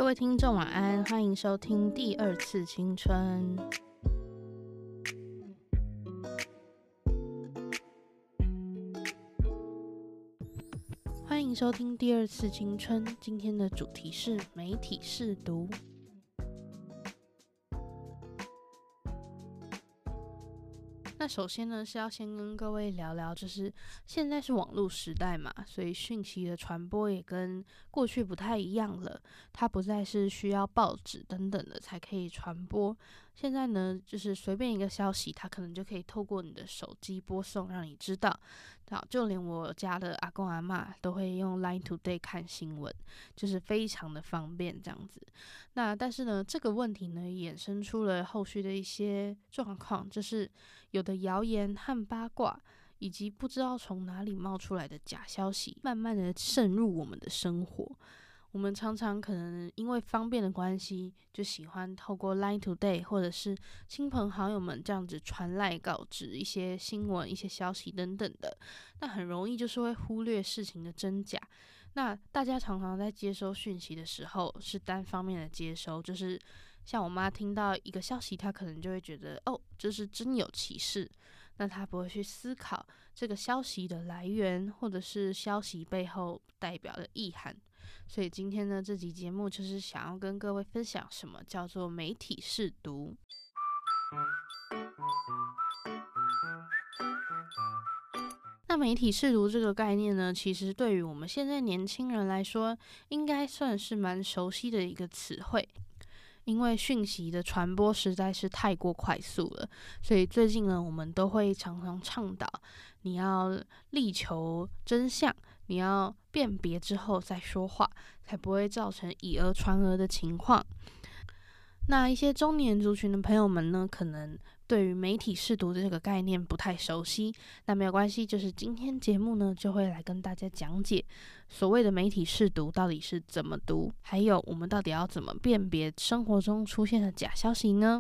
各位听众晚安，欢迎收听第二次青春。欢迎收听第二次青春，今天的主题是媒体识读。那首先呢，是要先跟各位聊聊，就是现在是网络时代嘛，所以讯息的传播也跟过去不太一样了，它不再是需要报纸等等的才可以传播。现在呢，就是随便一个消息，它可能就可以透过你的手机播送，让你知道。就连我家的阿公阿嬷都会用 Line Today 看新闻，就是非常的方便这样子。那但是呢，这个问题呢，衍生出了后续的一些状况，就是有的谣言和八卦，以及不知道从哪里冒出来的假消息，慢慢的渗入我们的生活。我们常常可能因为方便的关系，就喜欢透过 Line Today 或者是亲朋好友们这样子传来告知一些新闻、一些消息等等的，那很容易就是会忽略事情的真假。那大家常常在接收讯息的时候是单方面的接收，就是像我妈听到一个消息，她可能就会觉得这是真有其事，那她不会去思考这个消息的来源，或者是消息背后代表的意涵。所以今天呢，这集节目就是想要跟各位分享什么叫做媒体识读。那媒体识读这个概念呢，其实对于我们现在年轻人来说，应该算是蛮熟悉的一个词汇。因为讯息的传播实在是太过快速了，所以最近呢，我们都会常常倡导你要力求真相，你要辨别之后再说话，才不会造成以讹传讹的情况。那一些中年族群的朋友们呢，可能对于媒体识读这个概念不太熟悉，那没有关系，就是今天节目呢就会来跟大家讲解所谓的媒体识读到底是怎么读，还有我们到底要怎么辨别生活中出现的假消息呢？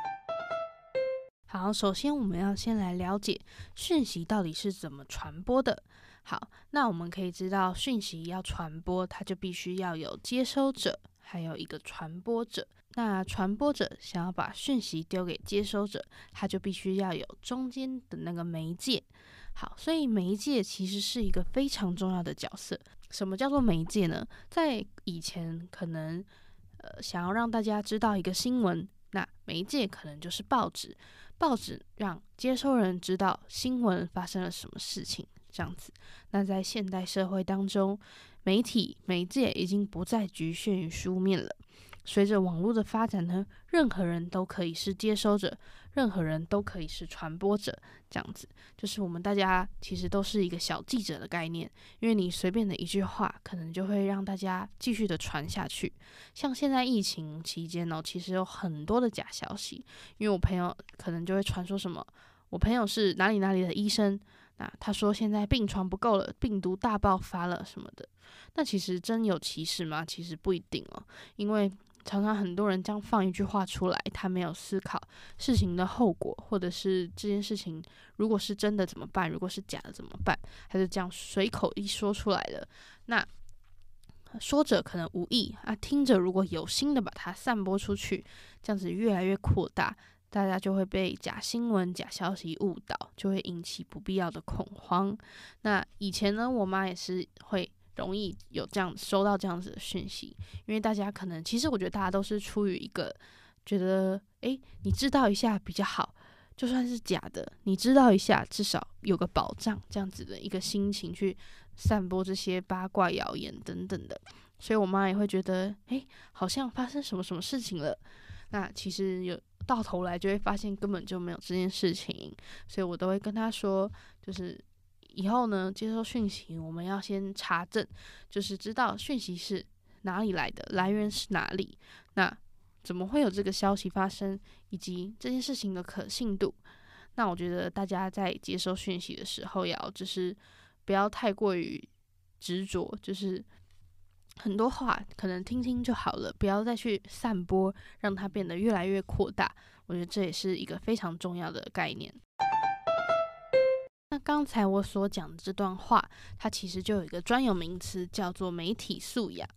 好，首先我们要先来了解讯息到底是怎么传播的。好，那我们可以知道讯息要传播，它就必须要有接收者，还有一个传播者。那传播者想要把讯息丢给接收者，他就必须要有中间的那个媒介。好，所以媒介其实是一个非常重要的角色。什么叫做媒介呢？在以前可能想要让大家知道一个新闻，那媒介可能就是报纸，报纸让接收人知道新闻发生了什么事情，这样子。那在现代社会当中，媒介已经不再局限于书面了。随着网络的发展呢，任何人都可以是接收者，任何人都可以是传播者，这样子就是我们大家其实都是一个小记者的概念，因为你随便的一句话，可能就会让大家继续的传下去。像现在疫情期间其实有很多的假消息，因为我朋友可能就会传说什么，我朋友是哪里哪里的医生，那他说现在病床不够了，病毒大爆发了什么的。那其实真有其事吗？其实不一定因为常常很多人这样放一句话出来，他没有思考事情的后果，或者是这件事情如果是真的怎么办，如果是假的怎么办，他就这样随口一说出来了。那说者可能无意听者如果有心的把它散播出去，这样子越来越扩大，大家就会被假新闻、假消息误导，就会引起不必要的恐慌。那以前呢，我妈也是会容易有这样收到这样子的讯息，因为大家可能其实我觉得大家都是出于一个觉得你知道一下比较好，就算是假的你知道一下至少有个保障，这样子的一个心情去散播这些八卦谣言等等的。所以我妈也会觉得好像发生什么什么事情了，那其实有到头来就会发现根本就没有这件事情。所以我都会跟她说，就是以后呢，接收讯息我们要先查证，就是知道讯息是哪里来的，来源是哪里，那怎么会有这个消息发生，以及这件事情的可信度。那我觉得大家在接收讯息的时候，就是不要太过于执着，就是很多话可能听听就好了，不要再去散播，让它变得越来越扩大。我觉得这也是一个非常重要的概念。那刚才我所讲的这段话，它其实就有一个专有名词叫做媒体素养。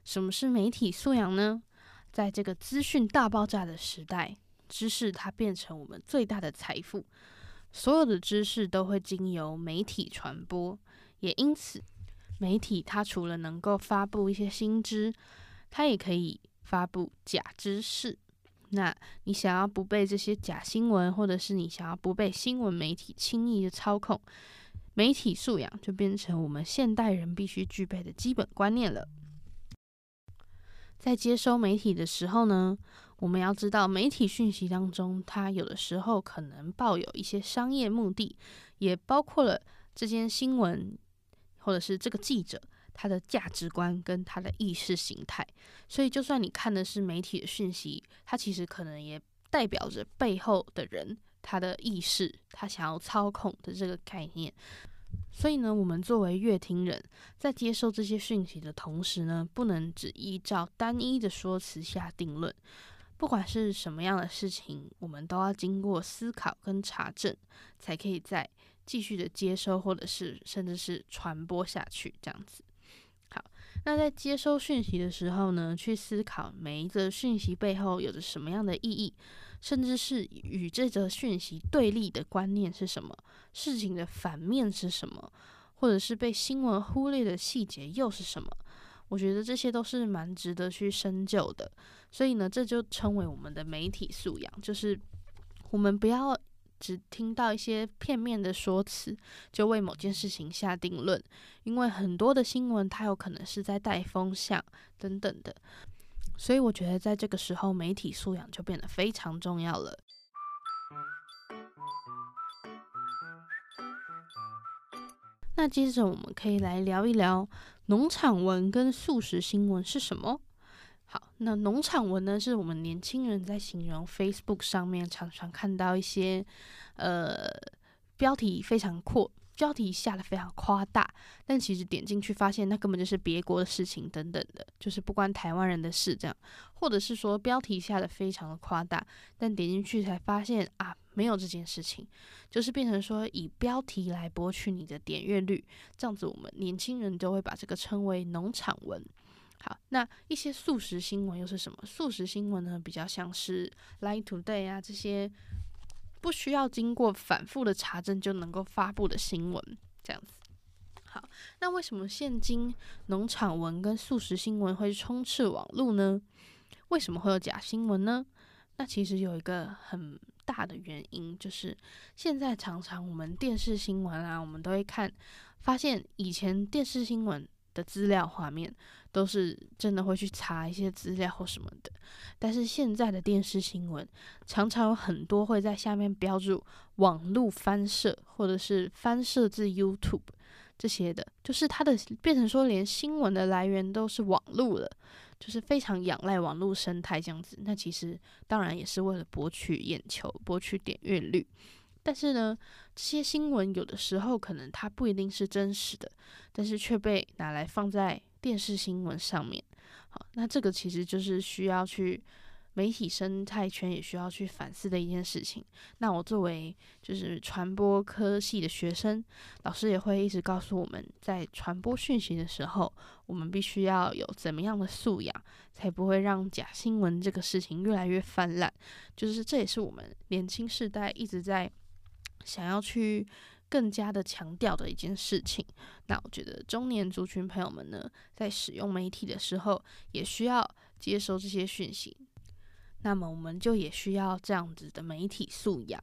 什么是媒体素养呢？在这个资讯大爆炸的时代，知识它变成我们最大的财富，所有的知识都会经由媒体传播，也因此，媒体它除了能够发布一些新知，它也可以发布假知识。那你想要不被这些假新闻，或者是你想要不被新闻媒体轻易的操控，媒体素养就变成我们现代人必须具备的基本观念了。在接收媒体的时候呢，我们要知道媒体讯息当中，它有的时候可能抱有一些商业目的，也包括了这件新闻或者是这个记者他的价值观跟他的意识形态。所以就算你看的是媒体的讯息，它其实可能也代表着背后的人他的意识，他想要操控的这个概念。所以呢，我们作为乐听人，在接受这些讯息的同时呢，不能只依照单一的说辞下定论。不管是什么样的事情，我们都要经过思考跟查证，才可以再继续的接收，或者是甚至是传播下去，这样子。好，那在接收讯息的时候呢，去思考每一则讯息背后有着什么样的意义，甚至是与这则讯息对立的观念是什么，事情的反面是什么，或者是被新闻忽略的细节又是什么。我觉得这些都是蛮值得去深究的。所以呢，这就称为我们的媒体素养，就是我们不要只听到一些片面的说辞，就为某件事情下定论，因为很多的新闻它有可能是在带风向等等的。所以我觉得在这个时候，媒体素养就变得非常重要了。那接着我们可以来聊一聊农场文跟速食新闻是什么。好，那农场文呢，是我们年轻人在形容 Facebook 上面常常看到一些标题非常阔，标题下的非常夸大，但其实点进去发现那根本就是别国的事情等等的，就是不关台湾人的事这样。或者是说标题下的非常的夸大，但点进去才发现啊，没有这件事情，就是变成说以标题来博取你的点阅率，这样子我们年轻人就会把这个称为农场文。好，那一些速食新闻又是什么？速食新闻呢，比较像是 Line Today 啊，这些不需要经过反复的查证就能够发布的新闻，这样子。好，那为什么现今农场文跟速食新闻会充斥网络呢？为什么会有假新闻呢？那其实有一个很大的原因，就是现在常常我们电视新闻啊，我们都会看，发现以前电视新闻的资料画面都是真的会去查一些资料或什么的，但是现在的电视新闻常常有很多会在下面标注网络翻摄，或者是翻摄自 YouTube 这些的，就是它的变成说连新闻的来源都是网络了，就是非常仰赖网络生态这样子。那其实当然也是为了博取眼球，博取点阅率。但是呢，这些新闻有的时候可能它不一定是真实的，但是却被拿来放在电视新闻上面。好，那这个其实就是需要去媒体生态圈也需要去反思的一件事情。那我作为就是传播科系的学生，老师也会一直告诉我们，在传播讯息的时候，我们必须要有怎么样的素养，才不会让假新闻这个事情越来越泛滥。就是这也是我们年轻世代一直在想要去更加的强调的一件事情。那我觉得中年族群朋友们呢，在使用媒体的时候，也需要接收这些讯息。那么我们就也需要这样子的媒体素养。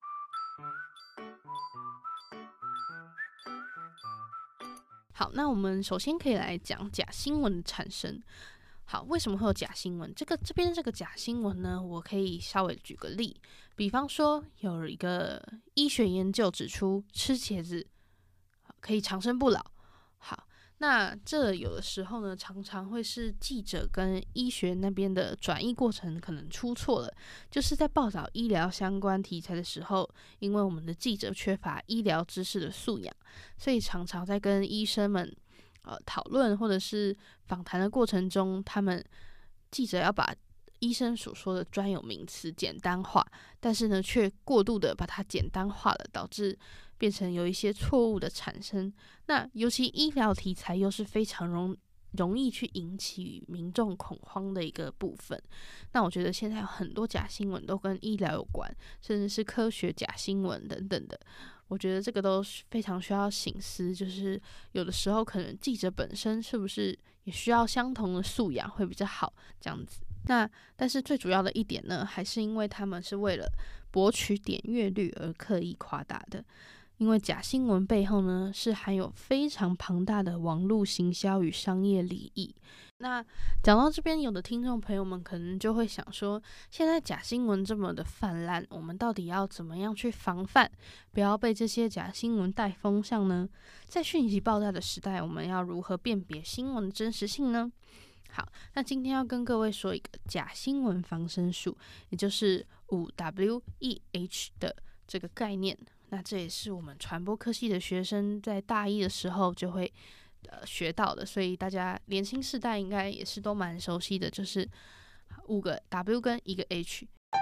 好，那我们首先可以来讲假新闻的产生。好，为什么会有假新闻？这边这个假新闻呢，我可以稍微举个例，比方说有一个医学研究指出，吃茄子可以长生不老。好，那这有的时候呢，常常会是记者跟医学那边的转译过程可能出错了，就是在报道医疗相关题材的时候，因为我们的记者缺乏医疗知识的素养，所以常常在跟医生们讨论或者是访谈的过程中，他们记者要把医生所说的专有名词简单化，但是呢，却过度的把它简单化了，导致变成有一些错误的产生。那尤其医疗题材又是非常容易去引起民众恐慌的一个部分。那我觉得现在有很多假新闻都跟医疗有关，甚至是科学假新闻等等的。我觉得这个都非常需要省思，就是有的时候可能记者本身是不是也需要相同的素养会比较好，这样子。那但是最主要的一点呢，还是因为他们是为了博取点阅率而刻意夸大的。因为假新闻背后呢，是含有非常庞大的网络行销与商业利益。那讲到这边，有的听众朋友们可能就会想说，现在假新闻这么的泛滥，我们到底要怎么样去防范，不要被这些假新闻带风向呢？在讯息爆炸的时代，我们要如何辨别新闻的真实性呢？好，那今天要跟各位说一个假新闻防身术，也就是5WEH 的这个概念。那这也是我们传播科系的学生在大一的时候就会学到的，所以大家年轻世代应该也是都蛮熟悉的，就是5个 W 跟1个 H。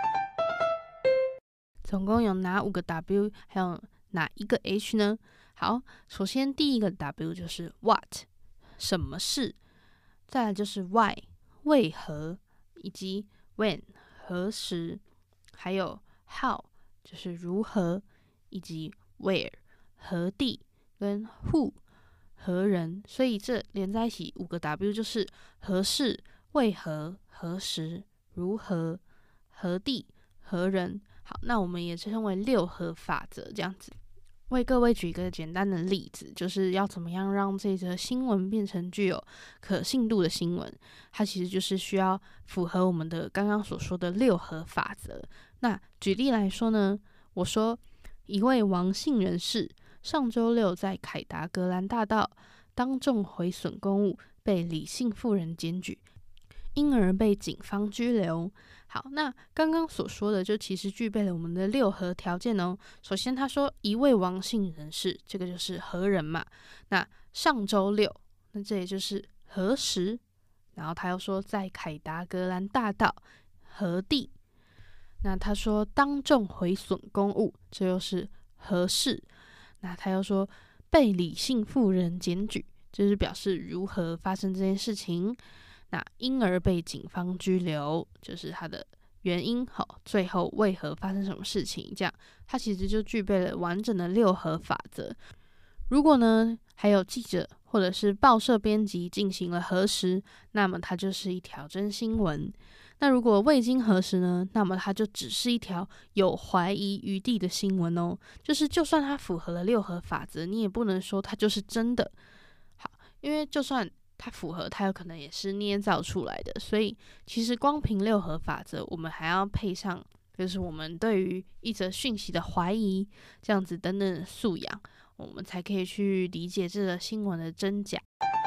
总共有哪5个 W， 还有哪1个 H 呢？好，首先第一个 W 就是 What， 什么事，再来就是 Why， 为何，以及 When， 何时，还有 How， 就是如何，以及 Where， 何地，跟 Who， 何人。所以这连在一起5个 W 就是何事、为何、何时、如何、何地、何人。好，那我们也称为6何法则这样子。为各位举一个简单的例子，就是要怎么样让这则新闻变成具有可信度的新闻，它其实就是需要符合我们的刚刚所说的6何法则。那举例来说呢，我说一位王姓人士上周六在凯达格兰大道当众毁损公物，被李姓妇人检举，因而被警方拘留。好，那刚刚所说的就其实具备了我们的6何条件哦。首先他说一位王姓人士，这个就是何人嘛。那上周六，那这也就是何时。然后他又说在凯达格兰大道何地。那他说当众毁损公物，这又是何事。那他又说被李姓妇人检举，这是表示如何发生这件事情。那因而被警方拘留，就是他的原因，最后为何发生什么事情，这样他其实就具备了完整的6何法则。如果呢还有记者或者是报社编辑进行了核实，那么它就是一条真新闻。那如果未经核实呢，那么它就只是一条有怀疑余地的新闻哦。就是就算它符合了6何法则，你也不能说它就是真的。好，因为就算它符合，它有可能也是捏造出来的。所以其实光凭6何法则，我们还要配上就是我们对于一则讯息的怀疑，这样子等等的素养，我们才可以去理解这个新闻的真假。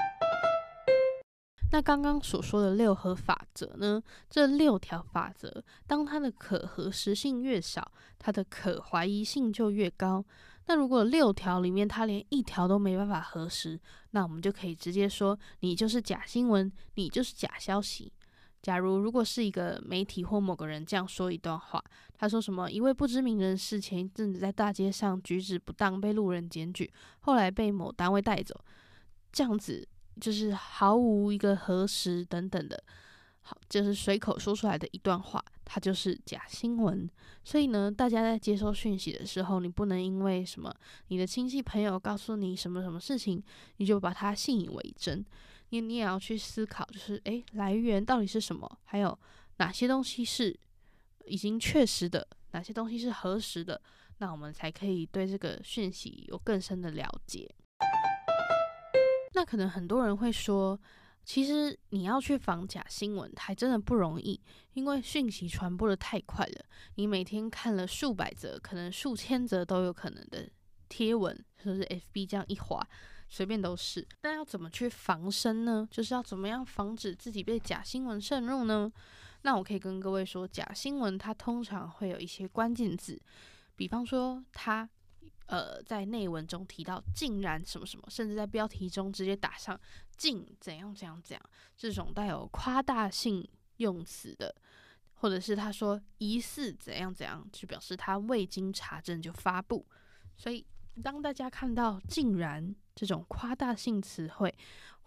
那刚刚所说的6何法则呢，这6条法则，当它的可核实性越少，它的可怀疑性就越高。那如果6条里面它连1条都没办法核实，那我们就可以直接说你就是假新闻，你就是假消息。如果是一个媒体或某个人这样说一段话，他说什么一位不知名人士前一阵子在大街上举止不当被路人检举，后来被某单位带走，这样子就是毫无一个核实等等的，好，就是随口说出来的一段话，它就是假新闻。所以呢，大家在接收讯息的时候，你不能因为什么你的亲戚朋友告诉你什么什么事情，你就把它信以为真。你也要去思考，就是来源到底是什么，还有哪些东西是已经确实的，哪些东西是核实的，那我们才可以对这个讯息有更深的了解。那可能很多人会说，其实你要去防假新闻还真的不容易，因为讯息传播的太快了，你每天看了数百则，可能数千则都有可能的贴文，就是 FB 这样一滑，随便都是。那要怎么去防身呢？就是要怎么样防止自己被假新闻渗入呢？那我可以跟各位说，假新闻它通常会有一些关键字，比方说它在内文中提到竟然什么什么，甚至在标题中直接打上竟怎样怎样怎样，这种带有夸大性用词的，或者是他说疑似怎样怎样，就表示他未经查证就发布。所以当大家看到竟然这种夸大性词汇，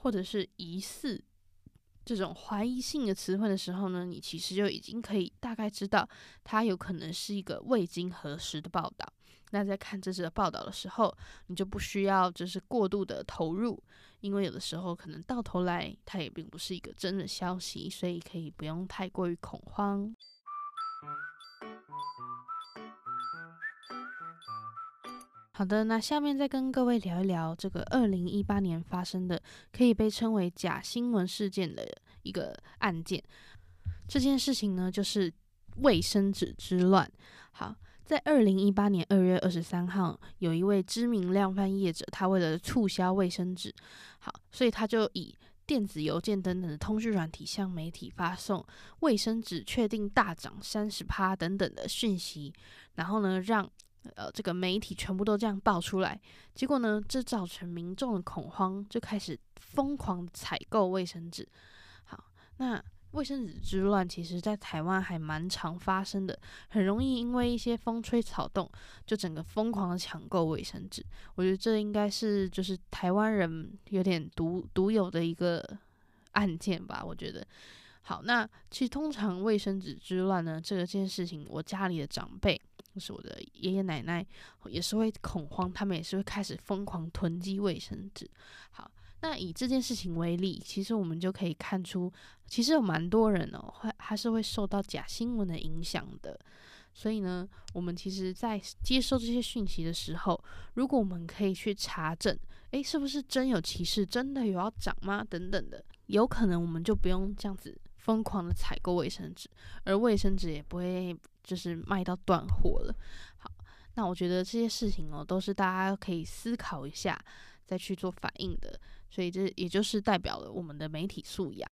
或者是疑似这种怀疑性的词汇的时候呢，你其实就已经可以大概知道它有可能是一个未经核实的报道。那在看这则报道的时候，你就不需要就是过度的投入，因为有的时候可能到头来它也并不是一个真的消息，所以可以不用太过于恐慌。好的，那下面再跟各位聊一聊这个2018年发生的可以被称为假新闻事件的一个案件。这件事情呢，就是卫生纸之乱。好，在2018年2月23号，有一位知名量贩业者，他为了促销卫生纸，好，所以他就以电子邮件等等的通讯软体向媒体发送卫生纸确定大涨30%等等的讯息，然后呢，让这个媒体全部都这样爆出来，结果呢，这造成民众的恐慌，就开始疯狂采购卫生纸。好，那卫生纸之乱其实在台湾还蛮常发生的，很容易因为一些风吹草动，就整个疯狂的抢购卫生纸。我觉得这应该是就是台湾人有点独有的一个案件吧，我觉得。好，那其实通常卫生纸之乱呢，这件事情，我家里的长辈，就是我的爷爷奶奶，也是会恐慌，他们也是会开始疯狂囤积卫生纸。好，那以这件事情为例，其实我们就可以看出，其实有蛮多人还是会受到假新闻的影响的。所以呢，我们其实在接收这些讯息的时候，如果我们可以去查证，是不是真有其事，真的有要涨吗？等等的，有可能我们就不用这样子疯狂的采购卫生纸，而卫生纸也不会就是卖到断货了。好，那我觉得这些事情都是大家可以思考一下再去做反应的，所以这也就是代表了我们的媒体素养。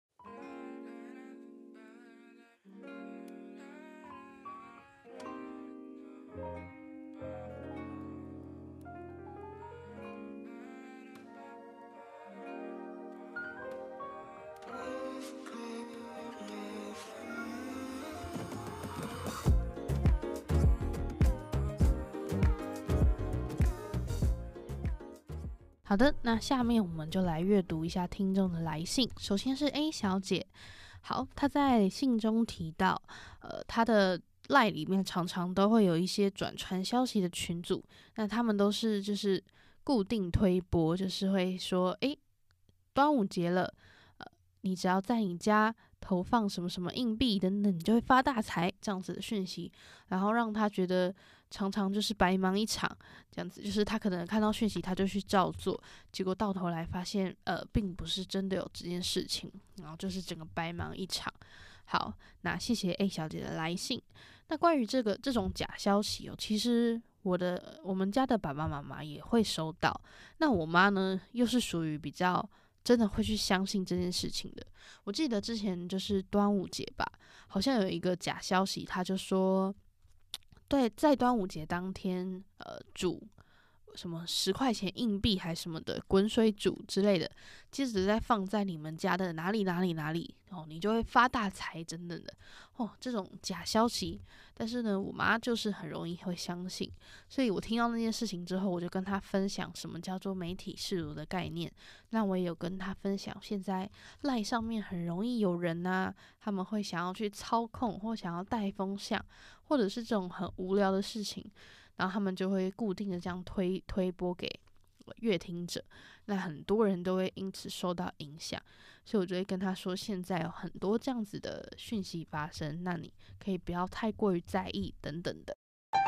好的，那下面我们就来阅读一下听众的来信。首先是 A 小姐，好，她在信中提到，她的 LINE 里面常常都会有一些转传消息的群组，那他们都是就是固定推播，就是会说，端午节了，你只要在你家投放什么什么硬币等等，你就会发大财这样子的讯息，然后让他觉得常常就是白忙一场，这样子就是他可能看到讯息他就去照做，结果到头来发现并不是真的有这件事情，然后就是整个白忙一场。好，那谢谢 A 小姐的来信。那关于这种假消息其实我们家的爸爸妈妈也会收到，那我妈呢又是属于比较真的会去相信这件事情的。我记得之前就是端午节吧，好像有一个假消息，他就说，对，在端午节当天，煮什么10块钱硬币还什么的滚水煮之类的，接着再放在你们家的哪里哪里哪里你就会发大财等等的这种假消息。但是呢，我妈就是很容易会相信，所以我听到那件事情之后，我就跟她分享什么叫做媒体识读的概念。那我也有跟她分享，现在 LINE 上面很容易有人他们会想要去操控或想要带风向，或者是这种很无聊的事情，然后他们就会固定的这样推播给阅听者，那很多人都会因此受到影响，所以我就会跟他说，现在有很多这样子的讯息发生，那你可以不要太过于在意等等的。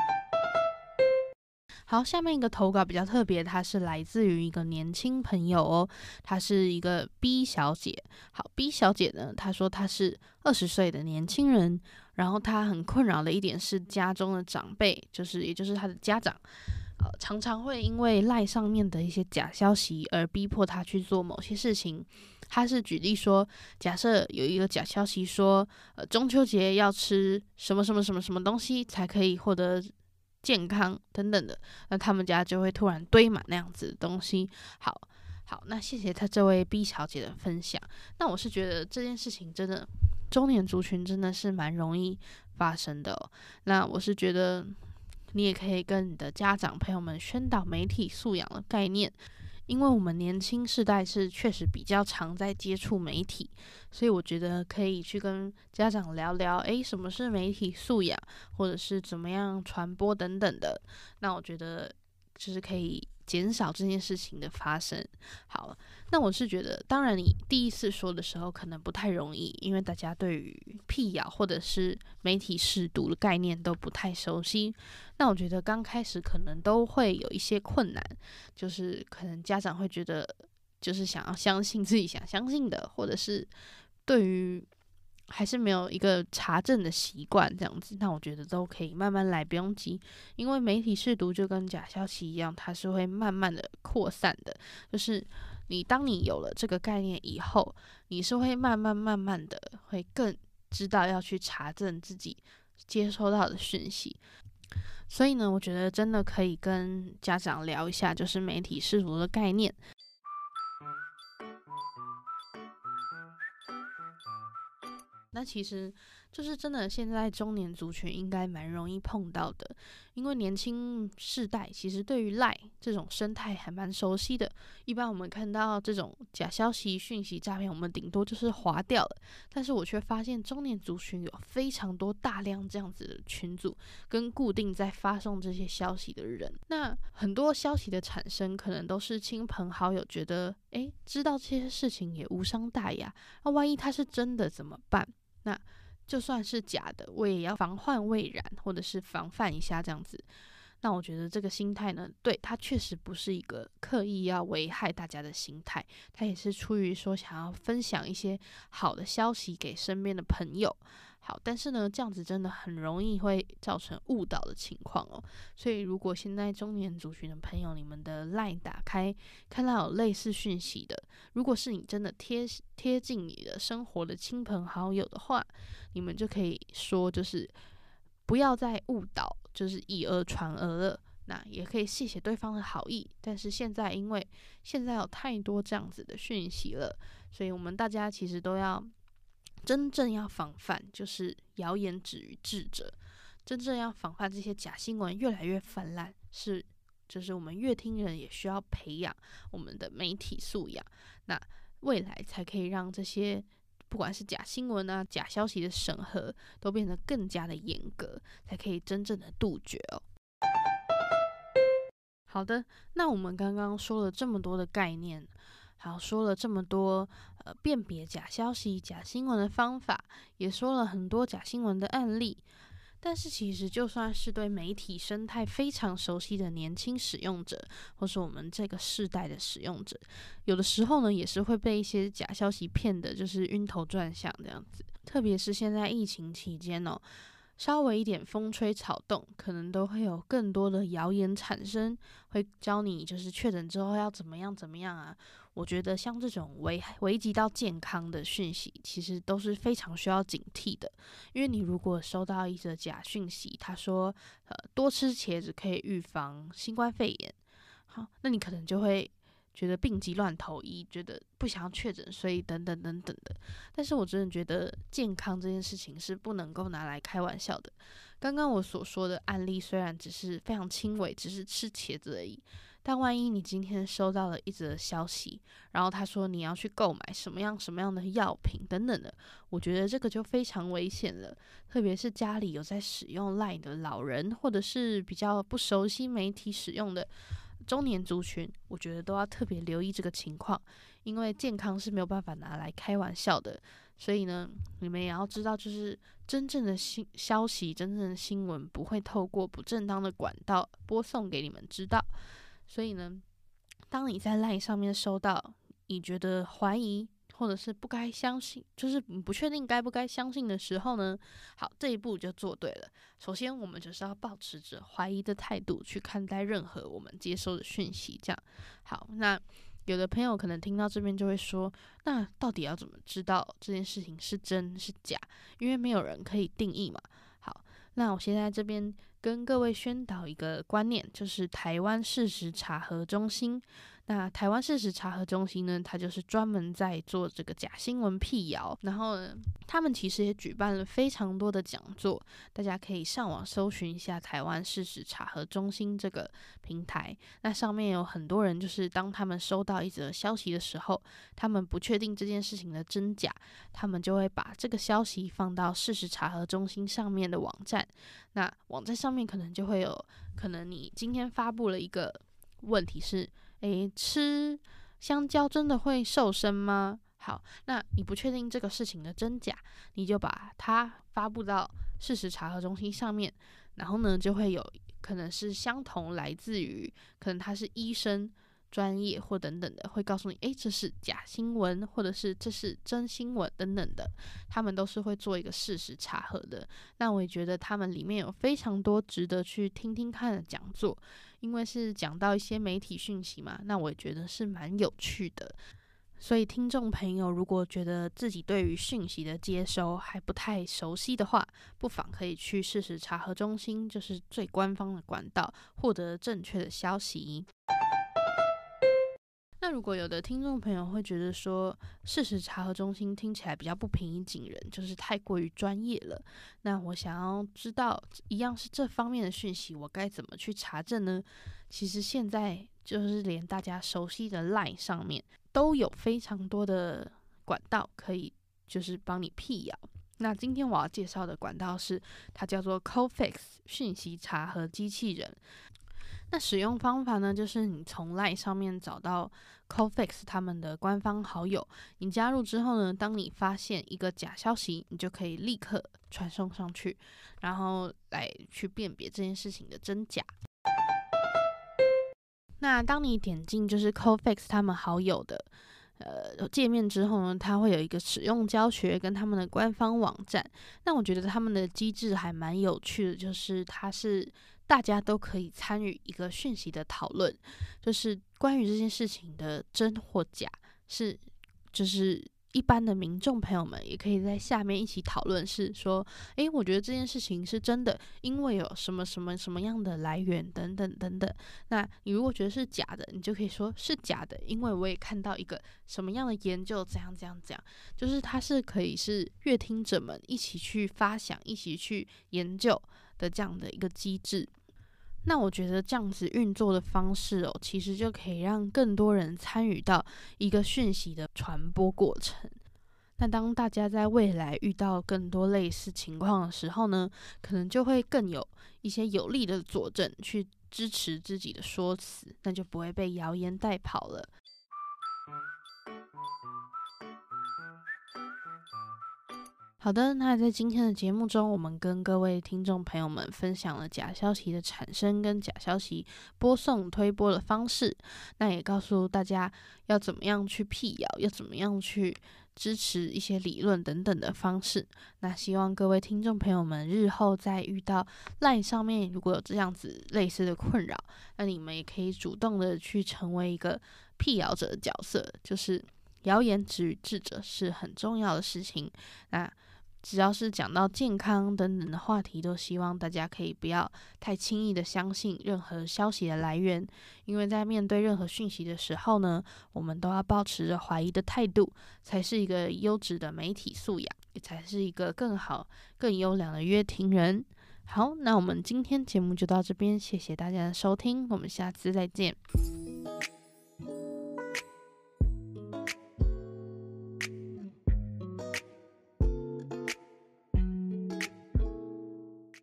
好，下面一个投稿比较特别，它是来自于一个年轻朋友她是一个 B 小姐。好， B 小姐呢，她说她是20岁的年轻人，然后她很困扰的一点是家中的长辈，也就是她的家长，常常会因为LINE上面的一些假消息而逼迫她去做某些事情。她是举例说，假设有一个假消息说，中秋节要吃什么什么什么什么东西才可以获得健康等等的，那他们家就会突然堆满那样子的东西。好，那谢谢她这位 B 小姐的分享。那我是觉得这件事情真的，中年族群真的是蛮容易发生的那我是觉得，你也可以跟你的家长朋友们宣导媒体素养的概念， 因为我们年轻世代是确实比较常在接触媒体，所以我觉得可以去跟家长聊聊，什么是媒体素养，或者是怎么样传播等等的。那我觉得就是可以减少这件事情的发生。好，那我是觉得，当然你第一次说的时候可能不太容易，因为大家对于辟谣或者是媒体识读的概念都不太熟悉。那我觉得刚开始可能都会有一些困难，就是可能家长会觉得，就是想要相信自己想相信的，或者是对于还是没有一个查证的习惯这样子，那我觉得都可以慢慢来，不用急。因为媒体识读就跟假消息一样，它是会慢慢的扩散的。就是当你有了这个概念以后，你是会慢慢的会更知道要去查证自己接收到的讯息。所以呢，我觉得真的可以跟家长聊一下，就是媒体识读的概念。那其实就是真的，现在中年族群应该蛮容易碰到的，因为年轻世代其实对于 LINE 这种生态还蛮熟悉的。一般我们看到这种假消息、讯息诈骗，我们顶多就是划掉了。但是我却发现中年族群有非常多大量这样子的群组，跟固定在发送这些消息的人。那很多消息的产生，可能都是亲朋好友觉得，知道这些事情也无伤大雅，那万一他是真的怎么办？那就算是假的，我也要防患未然，或者是防范一下这样子。那我觉得这个心态呢，对，它确实不是一个刻意要危害大家的心态，它也是出于说想要分享一些好的消息给身边的朋友。好，但是呢，这样子真的很容易会造成误导的情况哦。所以，如果现在中年族群的朋友，你们的 LINE 打开，看到有类似讯息的，如果是你真的贴近你的生活的亲朋好友的话，你们就可以说，就是不要再误导，就是以讹传讹了。那也可以谢谢对方的好意，但是因为现在有太多这样子的讯息了，所以我们大家其实都要真正要防范，就是谣言止于智者。真正要防范这些假新闻越来越泛滥，就是我们乐听人也需要培养我们的媒体素养。那未来才可以让这些不管是假新闻啊、假消息的审核都变得更加的严格，才可以真正的杜绝哦。好的，那我们刚刚说了这么多的概念，好，说了这么多辨别假消息、假新闻的方法，也说了很多假新闻的案例。但是其实就算是对媒体生态非常熟悉的年轻使用者，或是我们这个世代的使用者，有的时候呢也是会被一些假消息骗的，就是晕头转向这样子。特别是现在疫情期间哦，稍微一点风吹草动，可能都会有更多的谣言产生，会教你就是确诊之后要怎么样怎么样啊。我觉得像这种危及到健康的讯息，其实都是非常需要警惕的。因为你如果收到一则假讯息，他说多吃茄子可以预防新冠肺炎，好，那你可能就会觉得病急乱投医，觉得不想要确诊，所以等等等等的。但是我真的觉得健康这件事情是不能够拿来开玩笑的。刚刚我所说的案例虽然只是非常轻微，只是吃茄子而已，但万一你今天收到了一则消息，然后他说你要去购买什么样的药品等等的，我觉得这个就非常危险了。特别是家里有在使用 LINE 的老人，或者是比较不熟悉媒体使用的中年族群，我觉得都要特别留意这个情况，因为健康是没有办法拿来开玩笑的。所以呢，你们也要知道，就是真正的消息、真正的新闻不会透过不正当的管道播送给你们知道。所以呢，当你在 LINE 上面收到你觉得怀疑或者是不该相信，就是你不确定该不该相信的时候呢，好，这一步就做对了。首先，我们就是要保持着怀疑的态度去看待任何我们接收的讯息。这样，好，那有的朋友可能听到这边就会说，那到底要怎么知道这件事情是真是假？因为没有人可以定义嘛。好，那我现在这边跟各位宣导一个观念，就是台湾事实查核中心。 那台湾事实查核中心呢，它就是专门在做这个假新闻辟谣，然后呢，他们其实也举办了非常多的讲座，大家可以上网搜寻一下台湾事实查核中心这个平台。那上面有很多人，就是当他们收到一则消息的时候，他们不确定这件事情的真假，他们就会把这个消息放到事实查核中心上面的网站。那网站上面可能就会有，可能你今天发布了一个问题是，吃香蕉真的会瘦身吗？好，那你不确定这个事情的真假，你就把它发布到事实查核中心上面，然后呢，就会有可能是相同来自于，可能他是医生专业或等等的，会告诉你，这是假新闻，或者是这是真新闻等等的，他们都是会做一个事实查核的。那我也觉得他们里面有非常多值得去听听看的讲座，因为是讲到一些媒体讯息嘛，那我也觉得是蛮有趣的。所以听众朋友如果觉得自己对于讯息的接收还不太熟悉的话，不妨可以去事实查核中心，就是最官方的管道，获得正确的消息。那如果有的听众朋友会觉得说，事实查核中心听起来比较不平易近人，就是太过于专业了，那我想要知道一样是这方面的讯息，我该怎么去查证呢？其实现在就是连大家熟悉的 LINE 上面都有非常多的管道可以就是帮你辟谣。那今天我要介绍的管道是它叫做 Cofix 讯息查核机器人。那使用方法呢，就是你从 LINE 上面找到 Cofix 他们的官方好友，你加入之后呢，当你发现一个假消息，你就可以立刻传送上去，然后来去辨别这件事情的真假。那当你点进就是 Cofix 他们好友的界面之后呢，它会有一个使用教学跟他们的官方网站。那我觉得他们的机制还蛮有趣的，就是它是大家都可以参与一个讯息的讨论，就是关于这件事情的真或假，就是一般的民众朋友们也可以在下面一起讨论，是说，我觉得这件事情是真的，因为有什么什么什么样的来源等等等等。那你如果觉得是假的，你就可以说是假的，因为我也看到一个什么样的研究，怎样怎样怎样，就是它是可以是乐听者们一起去发想、一起去研究的这样的一个机制。那我觉得这样子运作的方式其实就可以让更多人参与到一个讯息的传播过程。那当大家在未来遇到更多类似情况的时候呢，可能就会更有一些有力的佐证去支持自己的说辞，那就不会被谣言带跑了。好的，那在今天的节目中，我们跟各位听众朋友们分享了假消息的产生跟假消息播送推播的方式，那也告诉大家要怎么样去辟谣，要怎么样去支持一些理论等等的方式。那希望各位听众朋友们日后在遇到 LINE 上面如果有这样子类似的困扰，那你们也可以主动的去成为一个辟谣者的角色，就是谣言止于智者是很重要的事情。那只要是讲到健康等等的话题，都希望大家可以不要太轻易的相信任何消息的来源，因为在面对任何讯息的时候呢，我们都要保持着怀疑的态度，才是一个优质的媒体素养，也才是一个更好、更优良的乐听人。好，那我们今天节目就到这边，谢谢大家的收听，我们下次再见。